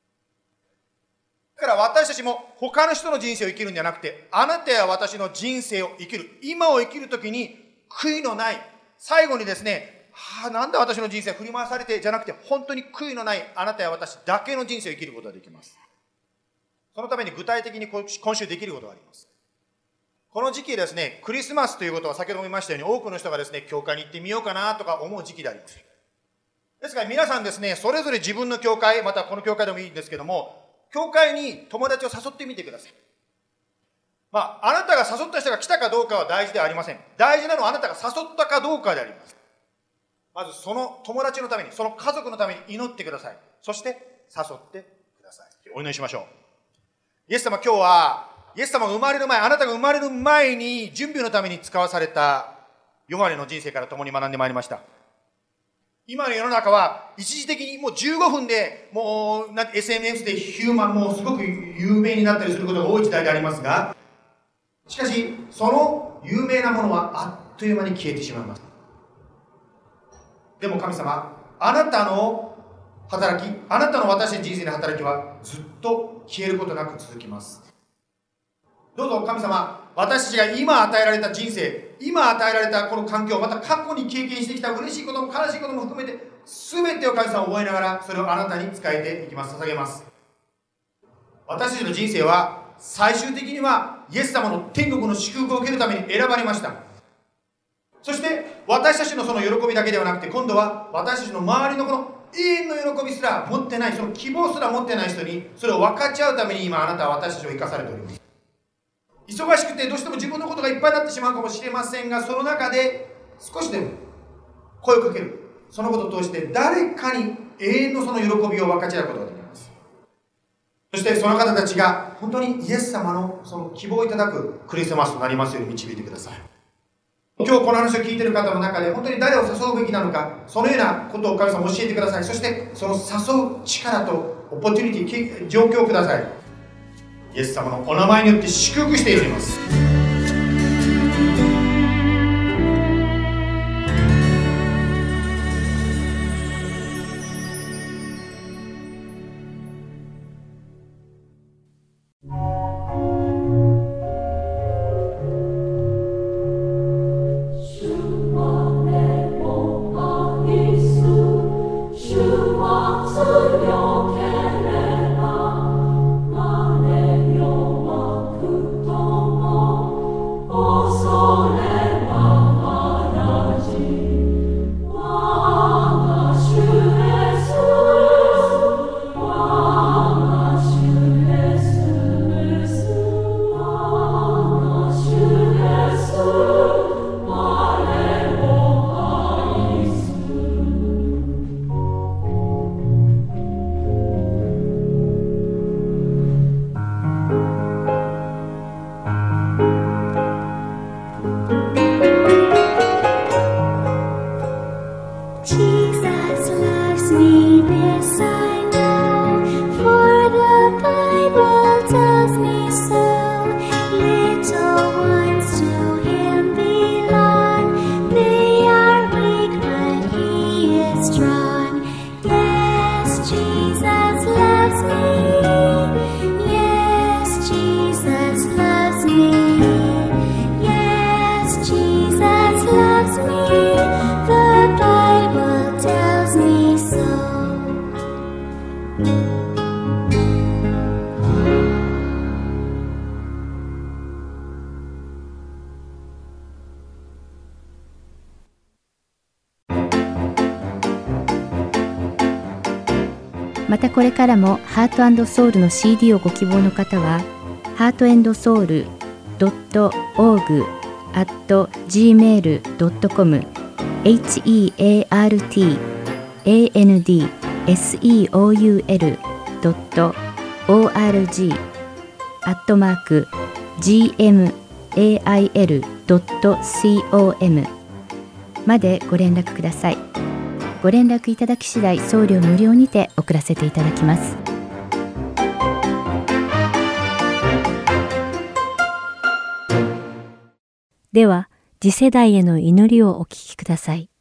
だから私たちも他の人の人生を生きるんじゃなくて、あなたや私の人生を生きる、今を生きるときに悔いのない、最後にですね、なんで私の人生振り回されてじゃなくて、本当に悔いのないあなたや私だけの人生を生きることができます。そのために具体的に今週できることがあります。この時期ですね、クリスマスということは先ほども言いましたように、多くの人がですね、教会に行ってみようかなとか思う時期であります。ですから皆さんですね、それぞれ自分の教会、またこの教会でもいいんですけども、教会に友達を誘ってみてください。あなたが誘った人が来たかどうかは大事ではありません。大事なのはあなたが誘ったかどうかであります。まずその友達のために、その家族のために祈ってください。そして誘ってください。お祈りしましょう。イエス様、今日はイエス様が生まれる前、あなたが生まれる前に準備のために使わされたヨハネの人生から共に学んでまいりました。今の世の中は一時的にもう15分でもうSNS でもうすごく有名になったりすることが多い時代でありますが、しかしその有名なものはあっという間に消えてしまいます。でも神様、あなたの働き、あなたの私の人生の働きはずっと消えることなく続きます。どうぞ神様、私たちが今与えられた人生、今与えられたこの環境、また過去に経験してきた嬉しいことも悲しいことも含めて、全てを神様覚えながら、それをあなたに仕えていきます。捧げます。私たちの人生は最終的にはイエス様の天国の祝福を受けるために選ばれました。そして私たちのその喜びだけではなくて、今度は私たちの周りのこの永遠の喜びすら持ってない、その希望すら持ってない人にそれを分かち合うために今あなたは私たちを生かされております。忙しくてどうしても自分のことがいっぱいになってしまうかもしれませんが、その中で少しでも声をかける、そのことを通して誰かに永遠のその喜びを分かち合うことができます。そしてその方たちが本当にイエス様のその希望をいただくクリスマスとなりますように導いてください。今日この話を聞いている方の中で本当に誰を誘うべきなのか、そのようなことを神様教えてください。そしてその誘う力とオポチュニティ、状況をください。イエス様のお名前によって祝福しています。 Jesus loves me, this I know, for the Bible tells me so. Little ones to Him belong, they are weak but He is strong. Yes, Jesus loves me. Yes, Jesus loves me. Yes, Jesus loves me. The Bible tells me so. またこれからもハート&ソウルの CD をご希望の方は heartandsoul.org@gmail.com heartandsoul.org@gmail.com までご連絡ください。ご連絡いただき次第送料無料にて送らせていただきます。 では、次世代への祈りをお聞きください。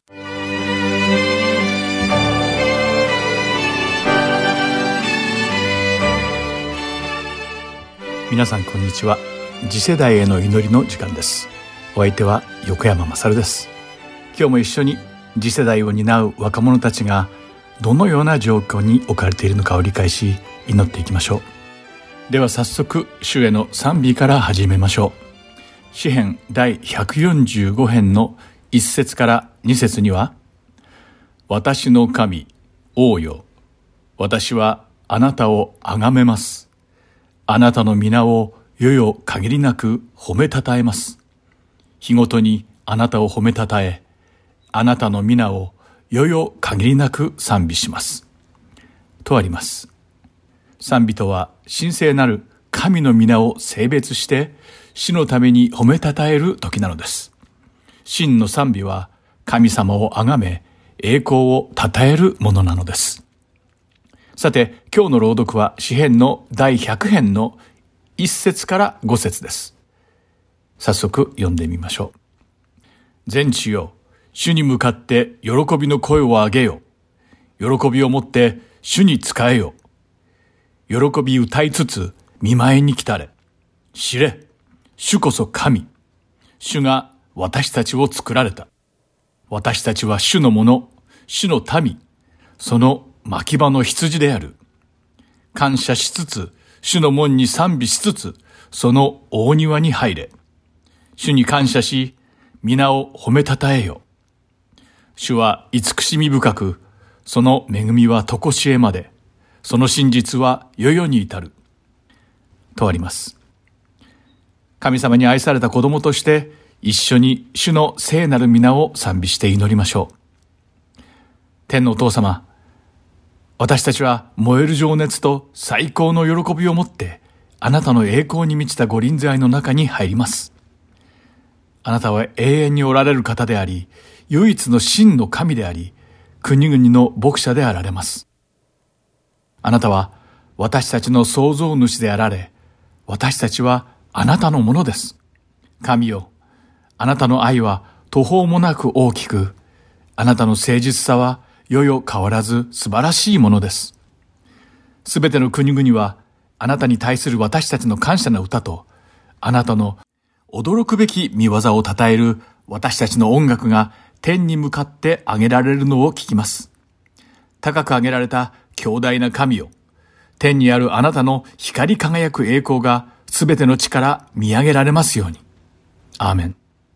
皆さんこんにちは。次世代への祈りの時間です。お相手は横山勝です。今日も一緒に次世代を担う若者たちがどのような状況に置かれているのかを理解し祈っていきましょう。では早速主への賛美から始めましょう。詩編第145編の1節から2節には、私の神王よ、私はあなたを崇めます。あなたの皆をよよ限りなく褒めたたえます。日ごとにあなたを褒めたたえ、あなたの皆をよよ限りなく賛美します。とあります。賛美とは神聖なる神の皆を性別して主のために褒めたたえる時なのです。真の賛美は神様をあがめ栄光をたたえるものなのです。さて今日の朗読は詩編の第100編の1節から5節です。早速読んでみましょう。全地よ、主に向かって喜びの声を上げよ。喜びをもって主に仕えよ。喜び歌いつつ見舞いに来たれ。知れ、主こそ神。主が私たちを作られた。私たちは主のもの、主の民、その牧場の羊である。感謝しつつ、主の門に賛美しつつ、その大庭に入れ。主に感謝し、皆を褒めたたえよ。主は慈しみ深く、その恵みはとこしえまで、その真実は世々に至る。とあります。神様に愛された子供として、一緒に主の聖なる皆を賛美して祈りましょう。天のお父様、私たちは燃える情熱と最高の喜びを持って、あなたの栄光に満ちたご臨在の中に入ります。あなたは永遠におられる方であり、唯一の真の神であり、国々の牧者であられます。あなたは私たちの創造主であられ、私たちはあなたのものです。神よ、あなたの愛は途方もなく大きく、あなたの誠実さは世々変わらず素晴らしいものです。すべての国々はあなたに対する私たちの感謝の歌と、あなたの驚くべき見業を称える私たちの音楽が天に向かって上げられるのを聞きます。高く上げられた強大な神よ、天にあるあなたの光り輝く栄光がすべての地から見上げられますように。アーメン。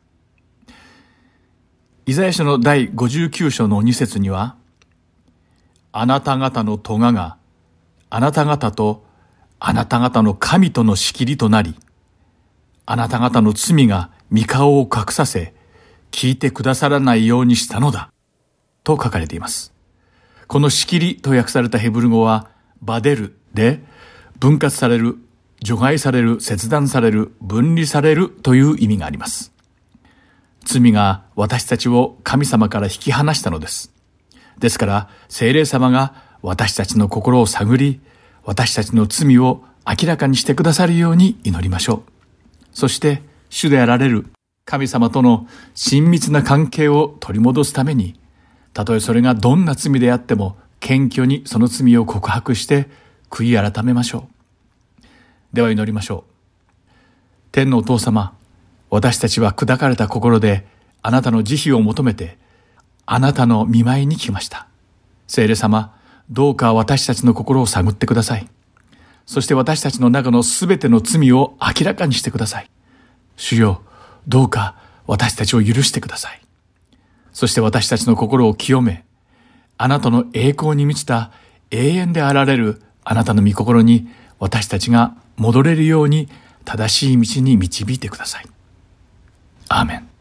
イザヤ書の第59章の2節には、あなた方の咎があなた方とあなた方の神との仕切りとなり、あなた方の罪が御顔を隠させ、聞いてくださらないようにしたのだ、と書かれています。この仕切りと訳されたヘブル語は、バデルで、分割される、除外される、切断される、分離されるという意味があります。罪が私たちを神様から引き離したのです。 ですから聖霊様が私たちの心を探り、私たちの罪を明らかにしてくださるように祈りましょう。そして主であられる神様との親密な関係を取り戻すために、たとえそれがどんな罪であっても謙虚にその罪を告白して悔い改めましょう。では祈りましょう。天のお父様、私たちは砕かれた心であなたの慈悲を求めてあなたの御前に来ました。聖霊様、どうか私たちの心を探ってください。そして私たちの中のすべての罪を明らかにしてください。主よ、どうか私たちを許してください。そして私たちの心を清め、あなたの栄光に満ちた永遠であられるあなたの御心に私たちが戻れるように正しい道に導いてください。アーメン。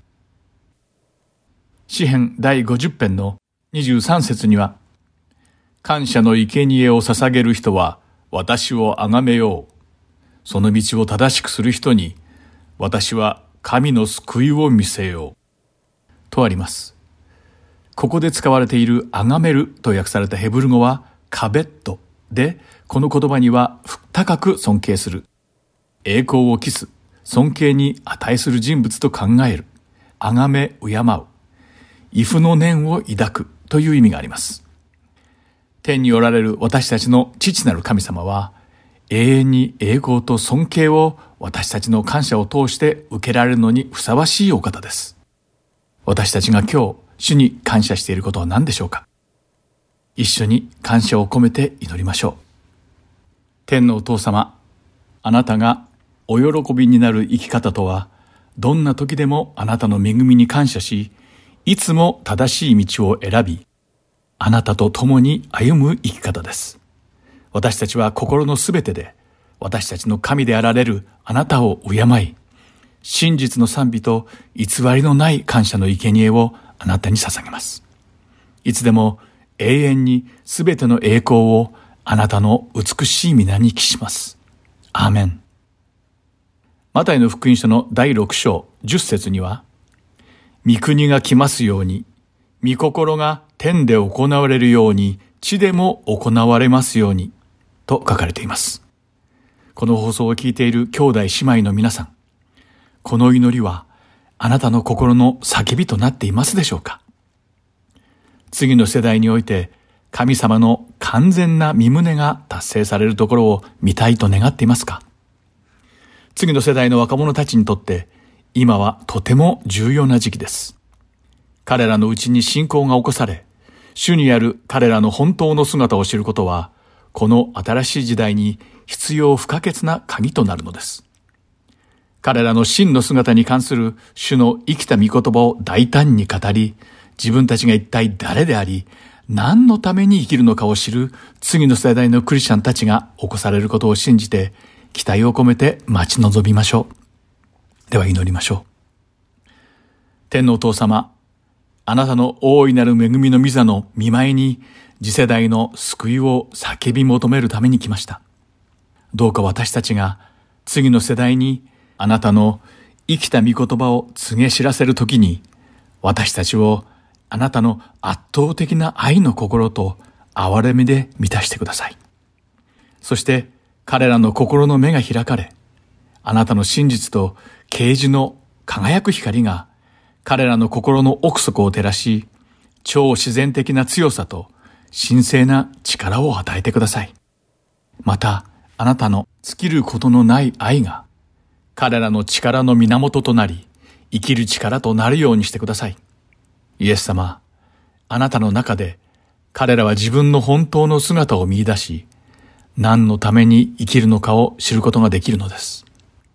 詩編第50編の23節には、感謝の生贄を捧げる人は私を崇めよう。その道を正しくする人に私は神の救いを見せよう。とあります。ここで使われている崇めると訳されたヘブル語はカベットで、この言葉には高く尊敬する、栄光を期す、尊敬に値する人物と考える、崇め敬う、畏怖の念を抱くという意味があります。天におられる私たちの父なる神様は、永遠に栄光と尊敬を私たちの感謝を通して受けられるのにふさわしいお方です。私たちが今日、主に感謝していることは何でしょうか。一緒に感謝を込めて祈りましょう。天のお父様、あなたがお喜びになる生き方とは、どんな時でもあなたの恵みに感謝し、いつも正しい道を選び、あなたと共に歩む生き方です。私たちは心のすべてで、私たちの神であられるあなたを敬い、真実の賛美と偽りのない感謝の生贄をあなたに捧げます。いつでも永遠にすべての栄光をあなたの美しい皆に帰します。アーメン。マタイの福音書の第6章10節には、御国が来ますように、御心が天で行われるように、地でも行われますように、と書かれています。この放送を聞いている兄弟姉妹の皆さん、この祈りはあなたの心の叫びとなっていますでしょうか。次の世代において神様の完全な御胸が達成されるところを見たいと願っていますか。次の世代の若者たちにとって今はとても重要な時期です。彼らのうちに信仰が起こされ、主にある彼らの本当の姿を知ることは、この新しい時代に必要不可欠な鍵となるのです。彼らの真の姿に関する主の生きた御言葉を大胆に語り、自分たちが一体誰であり、何のために生きるのかを知る次の世代のクリスチャンたちが起こされることを信じて、期待を込めて待ち望みましょう。では祈りましょう。天のお父様、あなたの大いなる恵みの御座の御前に次世代の救いを叫び求めるために来ました。どうか私たちが次の世代にあなたの生きた御言葉を告げ知らせるときに、私たちをあなたの圧倒的な愛の心と憐れみで満たしてください。そして彼らの心の目が開かれ、あなたの真実と啓示の輝く光が彼らの心の奥底を照らし、超自然的な強さと神聖な力を与えてください。また、あなたの尽きることのない愛が彼らの力の源となり、生きる力となるようにしてください。イエス様、あなたの中で彼らは自分の本当の姿を見出し、何のために生きるのかを知ることができるのです。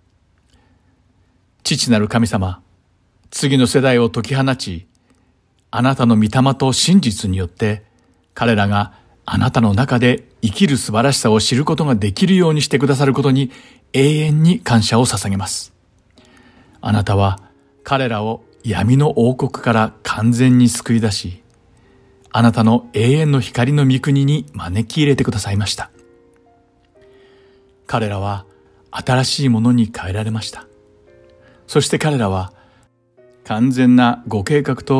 父なる神様、次の世代を解き放ち、あなたの御霊と真実によって彼らがあなたの中で生きる素晴らしさを知ることができるようにしてくださることに永遠に感謝を捧げます。あなたは彼らを闇の王国から完全に救い出し、あなたの永遠の光の御国に招き入れてくださいました。彼らは新しいものに変えられました。そして彼らは完全なご計画と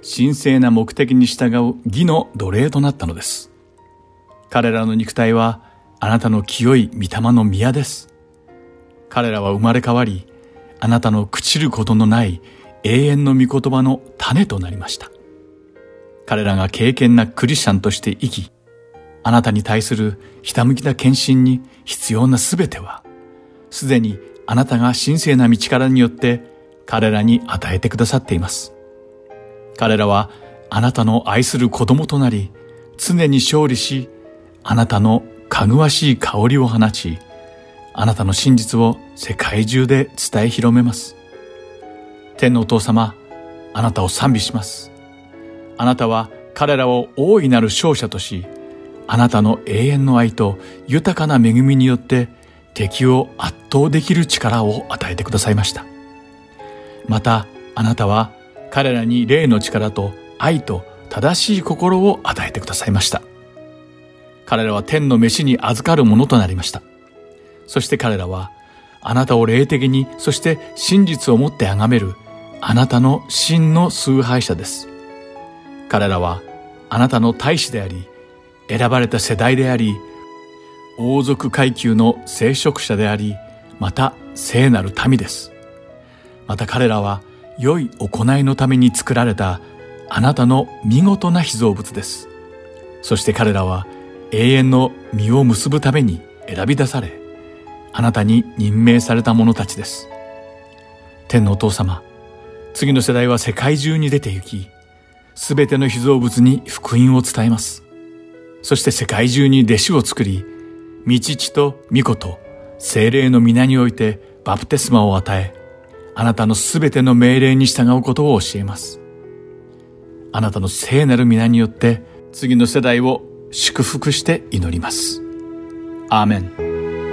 神聖な目的に従う義の奴隷となったのです。彼らの肉体はあなたの清い御霊の宮です。彼らは生まれ変わり、あなたの朽ちることのない永遠の御言葉の種となりました。彼らが敬虔なクリスチャンとして生き、あなたに対するひたむきな献身に必要なすべては、すでにあなたが神聖な道からによって彼らに与えてくださっています。彼らはあなたの愛する子供となり、常に勝利し、あなたのかぐわしい香りを放ち、あなたの真実を世界中で伝え広めます。天のお父様、あなたを賛美します。あなたは彼らを大いなる勝者とし、あなたの永遠の愛と豊かな恵みによって敵を圧倒できる力を与えてくださいました。また、あなたは彼らに霊の力と愛と正しい心を与えてくださいました。彼らは天の飯に預かるものとなりました。そして彼らはあなたを霊的に、そして真実をもって崇めるあなたの真の崇拝者です。彼らはあなたの大使であり、選ばれた世代であり、王族階級の聖職者であり、また聖なる民です。また彼らは良い行いのために作られたあなたの見事な被造物です。そして彼らは永遠の実を結ぶために選び出され、あなたに任命された者たちです。天のお父様、次の世代は世界中に出て行き、すべての被造物に福音を伝えます。そして世界中に弟子を作り、御父と御子と聖霊の皆においてバプテスマを与え、あなたのすべての命令に従うことを教えます。あなたの聖なる皆によって次の世代を祝福して祈ります。アーメン。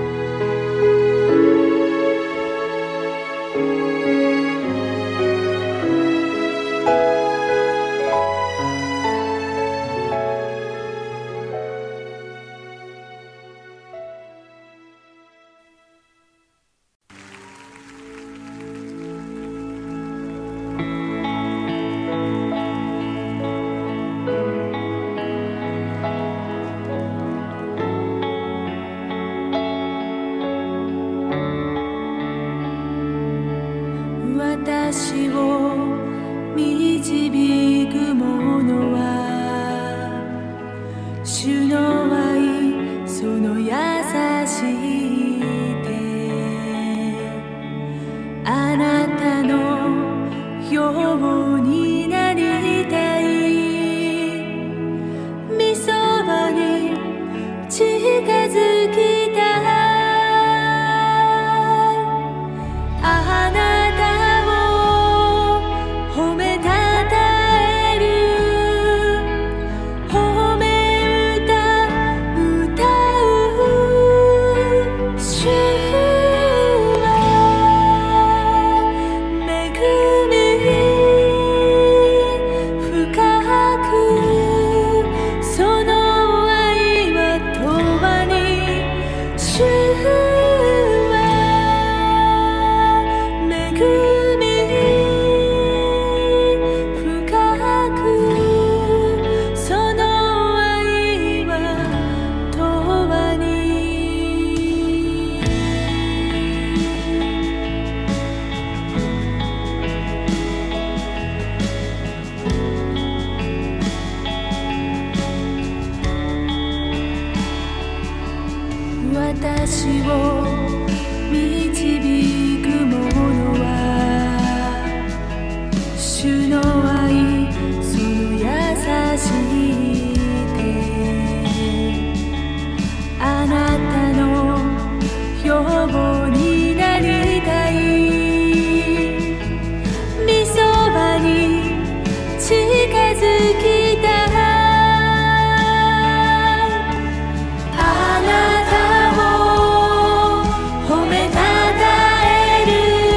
私を導くものは主の愛その優しい手、あなたのようになりたい、御そばに近づきたい、あなたを褒めたたえる、褒め歌歌う、主は恵み深く、その愛は永遠に、主は恵み深く、その愛は永遠に。私を導くものは主の愛その優しい手、あなたのようになりたい、御そばに近づきたい、あなたを褒めたたえる、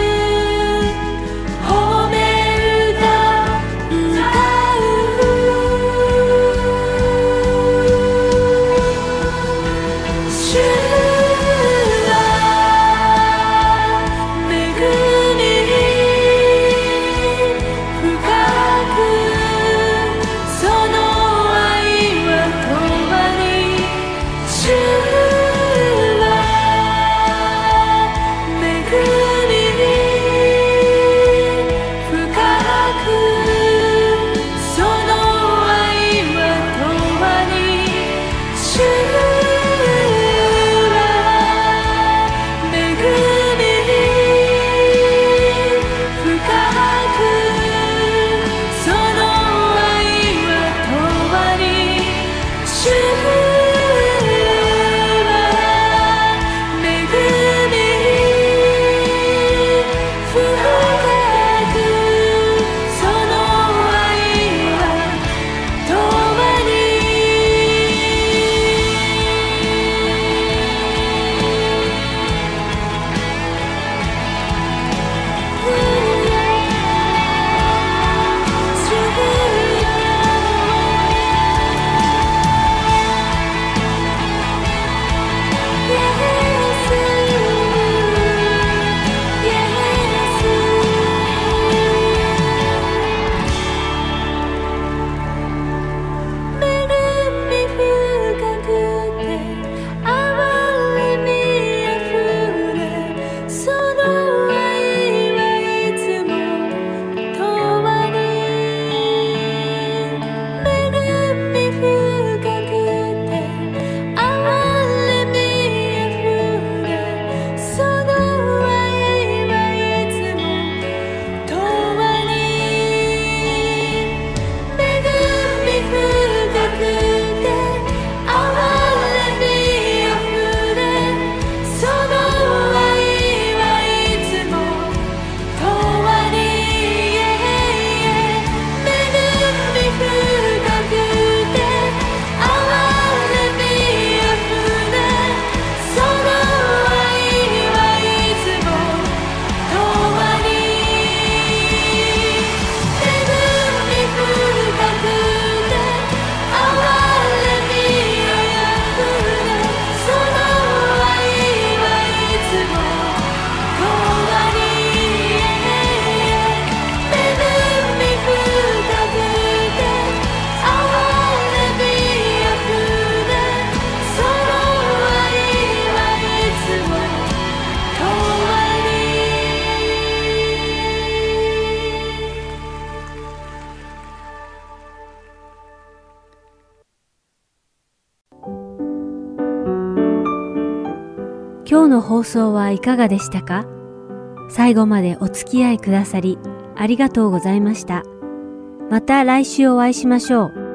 今日の放送はいかがでしたか？最後までお付き合いくださりありがとうございました。また来週お会いしましょう。